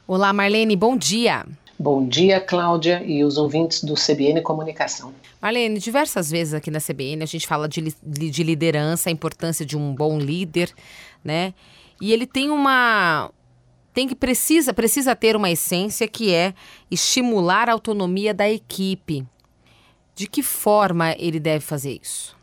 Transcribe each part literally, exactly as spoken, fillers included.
Olá, Marlene, bom dia. Bom dia, Cláudia e os ouvintes do C B N Comunicação. Marlene, diversas vezes aqui na C B N a gente fala de, li- de liderança, a importância de um bom líder, né? E ele tem uma... tem que precisa, precisa ter uma essência que é estimular a autonomia da equipe. De que forma ele deve fazer isso?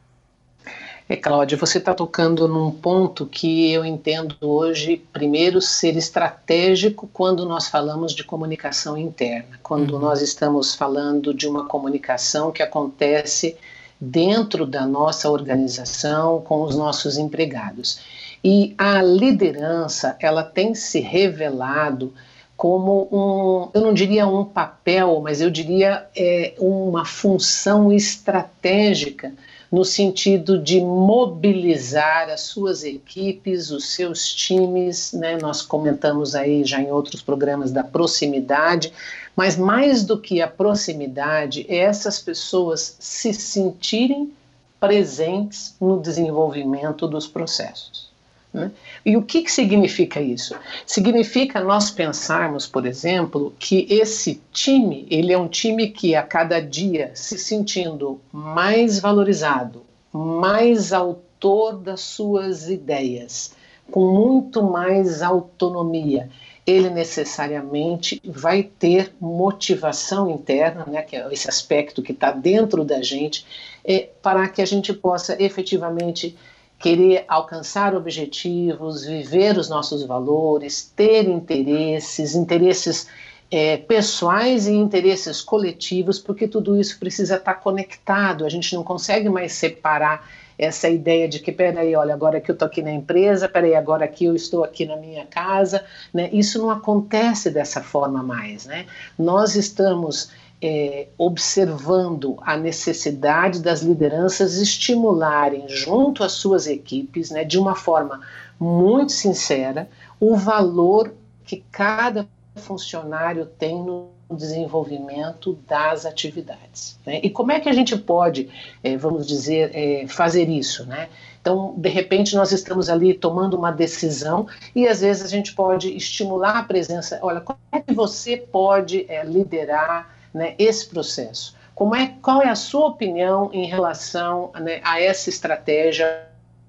É, Cláudia, você está tocando num ponto que eu entendo hoje, primeiro, ser estratégico quando nós falamos de comunicação interna, quando Uhum. nós estamos falando de uma comunicação que acontece dentro da nossa organização com os nossos empregados. E a liderança, ela tem se revelado como um, eu não diria um papel, mas eu diria é, uma função estratégica no sentido de mobilizar as suas equipes, os seus times, né? Nós comentamos aí já em outros programas da proximidade, mas mais do que a proximidade, é essas pessoas se sentirem presentes no desenvolvimento dos processos. Né? E o que, que significa isso? Significa nós pensarmos, por exemplo, que esse time, ele é um time que a cada dia se sentindo mais valorizado, mais autor das suas ideias, com muito mais autonomia, ele necessariamente vai ter motivação interna, né, que é esse aspecto que está dentro da gente, é, para que a gente possa efetivamente querer alcançar objetivos, viver os nossos valores, ter interesses, interesses é, pessoais e interesses coletivos, porque tudo isso precisa estar conectado, a gente não consegue mais separar essa ideia de que, peraí, olha, agora que eu estou aqui na empresa, peraí, agora que eu estou aqui na minha casa, né? Isso não acontece dessa forma mais, né? Nós estamos É, observando a necessidade das lideranças estimularem junto às suas equipes, né, de uma forma muito sincera, o valor que cada funcionário tem no desenvolvimento das atividades. Né? E como é que a gente pode, é, vamos dizer, é, fazer isso, né? Então, de repente, nós estamos ali tomando uma decisão e, às vezes, a gente pode estimular a presença. Olha, como é que você pode é, liderar, né, esse processo? Como é, qual é a sua opinião em relação, né, a essa estratégia,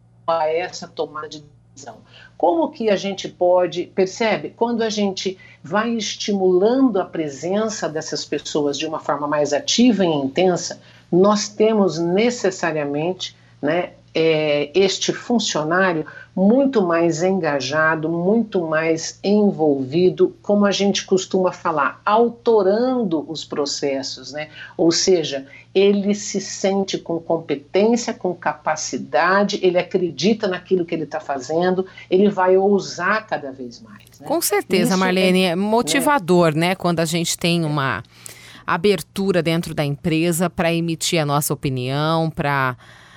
a essa tomada de decisão? Como que a gente pode, percebe, quando a gente vai estimulando a presença dessas pessoas de uma forma mais ativa e intensa, nós temos necessariamente, né, é, este funcionário muito mais engajado, muito mais envolvido, como a gente costuma falar, autorando os processos, né? Ou seja, ele se sente com competência, com capacidade, ele acredita naquilo que ele está fazendo, ele vai ousar cada vez mais. Né? Com certeza, Isso Marlene, é é, motivador, né? Quando a gente tem uma abertura dentro da empresa para emitir a nossa opinião, para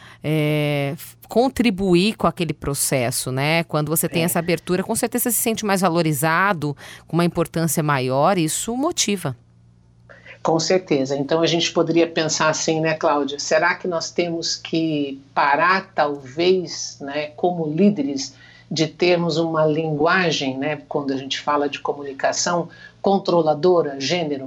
é, contribuir com aquele processo, né? Quando você tem é, essa abertura, com certeza se sente mais valorizado, com uma importância maior, isso motiva. Com certeza. Então a gente poderia pensar assim, né, Cláudia? Será que nós temos que parar, talvez, né, como líderes, de termos uma linguagem, né, quando a gente fala de comunicação controladora, gênero?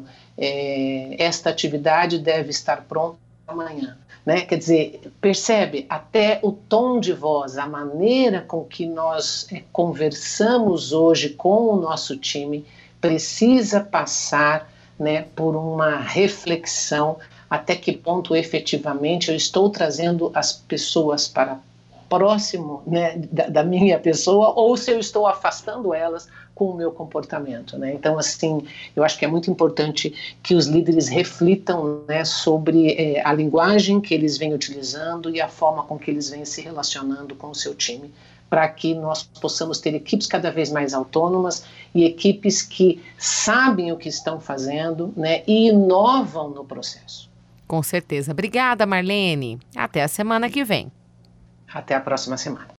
É, esta atividade deve estar pronta amanhã. Né? Quer dizer, percebe até o tom de voz, a maneira com que nós é, conversamos hoje com o nosso time precisa passar, né, por uma reflexão até que ponto efetivamente eu estou trazendo as pessoas para próximo, né, da, da minha pessoa, ou se eu estou afastando elas com o meu comportamento. Né? Então, assim, eu acho que é muito importante que os líderes reflitam, né, sobre é, a linguagem que eles vêm utilizando e a forma com que eles vêm se relacionando com o seu time, para que nós possamos ter equipes cada vez mais autônomas e equipes que sabem o que estão fazendo, né, e inovam no processo. Com certeza. Obrigada, Marlene. Até a semana que vem. Até a próxima semana.